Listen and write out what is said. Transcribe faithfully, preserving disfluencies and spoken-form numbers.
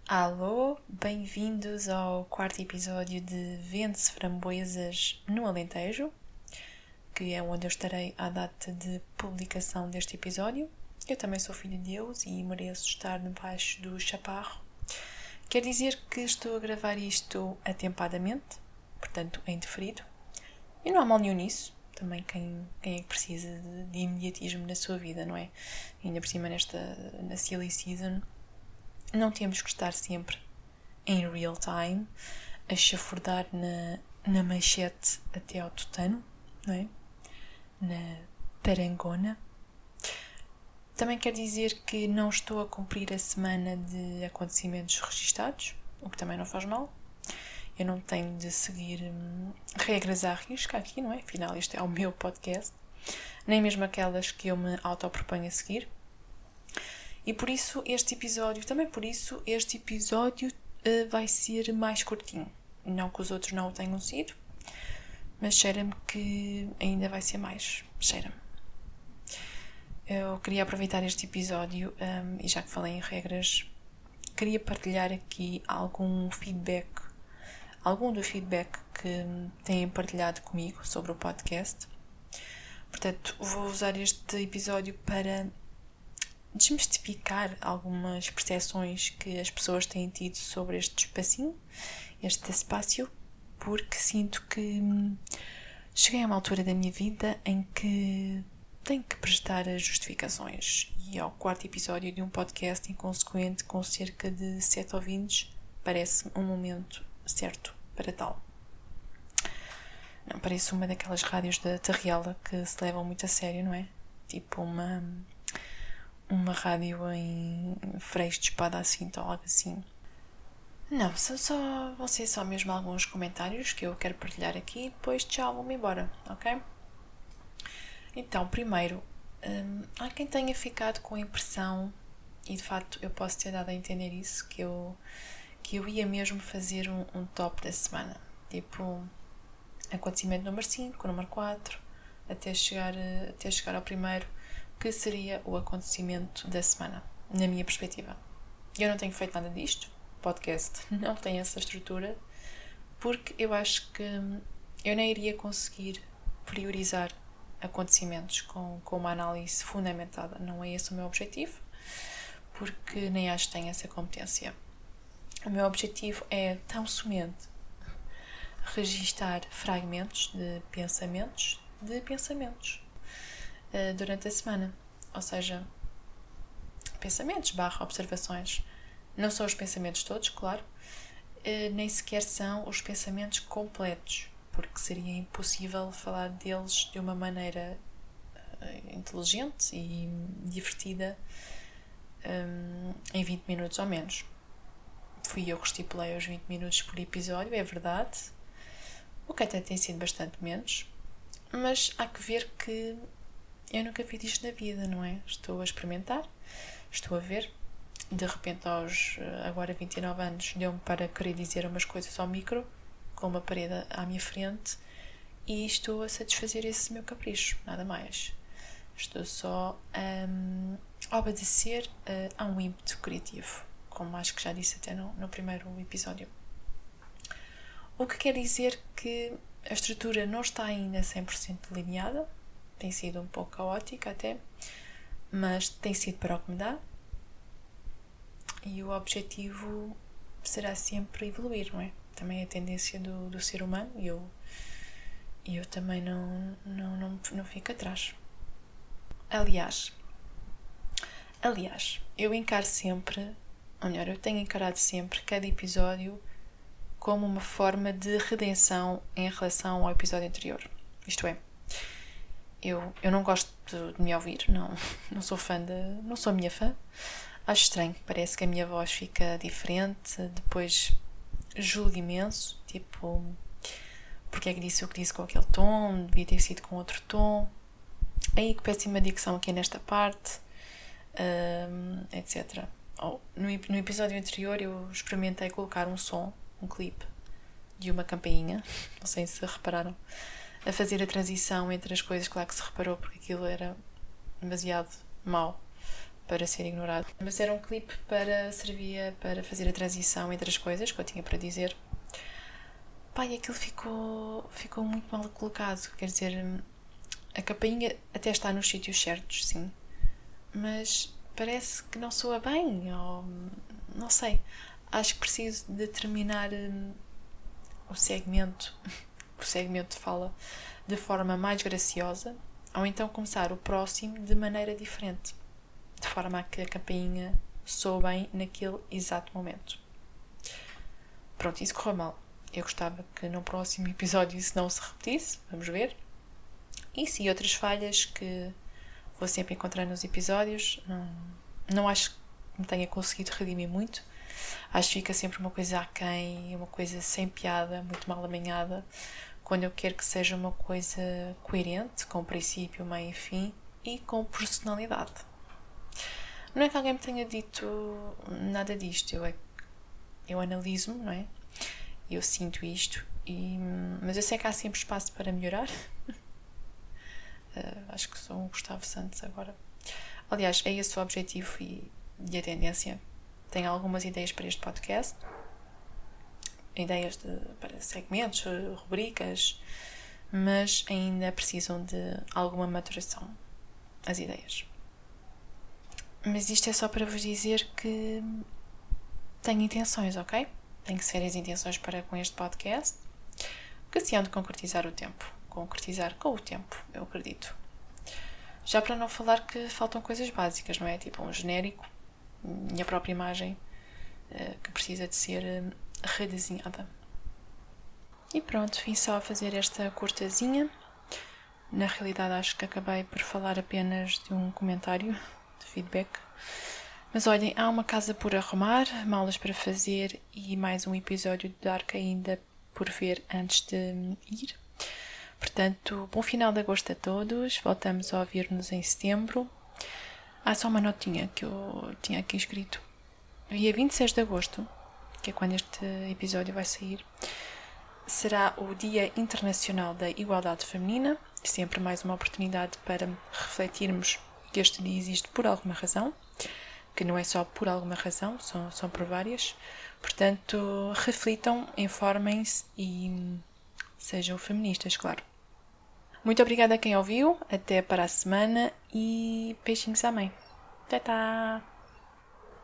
Alô, bem-vindos ao quarto episódio de Vende-se Framboesas no Alentejo, que é onde eu estarei à data de publicação deste episódio. Eu também sou filho de Deus e mereço estar debaixo do chaparro. Quer dizer que estou a gravar isto atempadamente, portanto em deferido, e não há mal nenhum nisso. Também quem, quem é que precisa de, de imediatismo na sua vida, não é? Ainda por cima nesta, na silly season, não temos que estar sempre em real time, a chafurdar na, na manchete até ao tutano, não é? Na parangona. Também quer dizer que não estou a cumprir a semana de acontecimentos registados, o que também não faz mal. Eu não tenho de seguir hum, regras à risca aqui, não é? Afinal, isto é o meu podcast. Nem mesmo aquelas que eu me autoproponho a seguir. E por isso este episódio, também por isso, este episódio uh, vai ser mais curtinho. Não que os outros não o tenham sido, mas cheira-me que ainda vai ser mais. Cheira-me. Eu queria aproveitar este episódio, um, e já que falei em regras, queria partilhar aqui algum feedback, algum do feedback que têm partilhado comigo sobre o podcast. Portanto, vou usar este episódio para desmistificar algumas percepções que as pessoas têm tido sobre este espacinho, este espaço, porque sinto que cheguei a uma altura da minha vida em que tenho que prestar justificações, e ao quarto episódio de um podcast inconsequente com cerca de sete ouvintes parece-me um momento certo para tal. Não, parece uma daquelas rádios da Terriela que se levam muito a sério, não é? Tipo uma... uma rádio em freios de espada assim, ou algo assim. Não, são só, vão ser só mesmo alguns comentários que eu quero partilhar aqui e depois tchau, vou-me embora, ok? Então, primeiro, hum, há quem tenha ficado com a impressão, e de facto eu posso ter dado a entender isso, que eu, que eu ia mesmo fazer um, um top da semana. Tipo, acontecimento número cinco, número quatro, até chegar, até chegar ao primeiro, que seria o acontecimento da semana, na minha perspectiva. Eu não tenho feito nada disto, o podcast não tem essa estrutura, porque eu acho que eu nem iria conseguir priorizar acontecimentos com, com uma análise fundamentada. Não é esse o meu objetivo, porque nem acho que tenho essa competência. O meu objetivo é tão somente registar fragmentos de pensamentos, de pensamentos, durante a semana, ou seja, pensamentos barra observações. Não são os pensamentos todos, claro, nem sequer são os pensamentos completos, porque seria impossível falar deles de uma maneira inteligente e divertida um, em vinte minutos ou menos. Fui eu que estipulei os vinte minutos por episódio, é verdade, o que até tem sido bastante menos, mas há que ver que eu nunca fiz isto na vida, não é? Estou a experimentar, estou a ver. De repente, aos agora vinte e nove anos, deu-me para querer dizer umas coisas ao micro, com uma parede à minha frente, e estou a satisfazer esse meu capricho, nada mais. Estou só um, a obedecer uh, a um ímpeto criativo, como acho que já disse até no, no primeiro episódio. O que quer dizer que a estrutura não está ainda cem por cento delineada, tem sido um pouco caótica até, mas tem sido para o que me dá, e o objetivo será sempre evoluir, não é? Também é a tendência do, do ser humano, e eu, eu também não, não, não, não fico atrás. Aliás, aliás, eu encaro sempre, ou melhor, eu tenho encarado sempre cada episódio como uma forma de redenção em relação ao episódio anterior. Isto é, Eu, eu não gosto de, de me ouvir, não, não sou fã de, não sou minha fã. Acho estranho, parece que a minha voz fica diferente, depois julgo imenso, tipo, porque é que disse o que disse com aquele tom, devia ter sido com outro tom, aí que péssima dicção aqui nesta parte, um, etcétera. Oh, no, no episódio anterior eu experimentei colocar um som, um clipe de uma campainha, não sei se repararam, a fazer a transição entre as coisas, claro que se reparou, porque aquilo era demasiado mau para ser ignorado. Mas era um clipe para, servia para fazer a transição entre as coisas que eu tinha para dizer. Pai, aquilo ficou, ficou muito mal colocado, quer dizer, a campainha até está nos sítios certos, sim, mas parece que não soa bem, ou não sei, acho que preciso de terminar hum, o segmento, o segmento de fala de forma mais graciosa, ou então começar o próximo de maneira diferente, de forma a que a campainha soe bem naquele exato momento. Pronto, isso correu mal. Eu gostava que no próximo episódio isso não se repetisse, vamos ver. Isso e outras falhas que vou sempre encontrar nos episódios, não, não acho que me tenha conseguido redimir muito. Acho que fica sempre uma coisa aquém, uma coisa sem piada, muito mal amanhada, quando eu quero que seja uma coisa coerente, com princípio, meio e fim, e com personalidade. Não é que alguém me tenha dito nada disto, eu, é, eu analiso-me, não é? Eu sinto isto, e, mas eu sei que há sempre espaço para melhorar. uh, acho que sou um Gustavo Santos agora. Aliás, é esse o objetivo e, e a tendência. Tenho algumas ideias para este podcast, ideias de, para segmentos, rubricas, mas ainda precisam de alguma maturação, as ideias. Mas isto é só para vos dizer que tenho intenções, ok? Tenho sérias intenções para com este podcast, que se hão de concretizar o tempo. Concretizar com o tempo, eu acredito. Já para não falar que faltam coisas básicas, não é? Tipo um genérico e a própria imagem que precisa de ser redesenhada. E pronto, vim só a fazer esta curtazinha. Na realidade acho que acabei por falar apenas de um comentário de feedback. Mas olhem, há uma casa por arrumar, malas para fazer e mais um episódio de Dark ainda por ver antes de ir. Portanto, bom final de agosto a todos. Voltamos a ouvir-nos em setembro. Há só uma notinha que eu tinha aqui escrito. Dia vinte e seis de agosto, que é quando este episódio vai sair, será o Dia Internacional da Igualdade Feminina. Sempre mais uma oportunidade para refletirmos que este dia existe por alguma razão. Que não é só por alguma razão, são, são por várias. Portanto, reflitam, informem-se e sejam feministas, claro. Muito obrigada a quem ouviu, até para a semana e beijinhos à mãe. Até tá!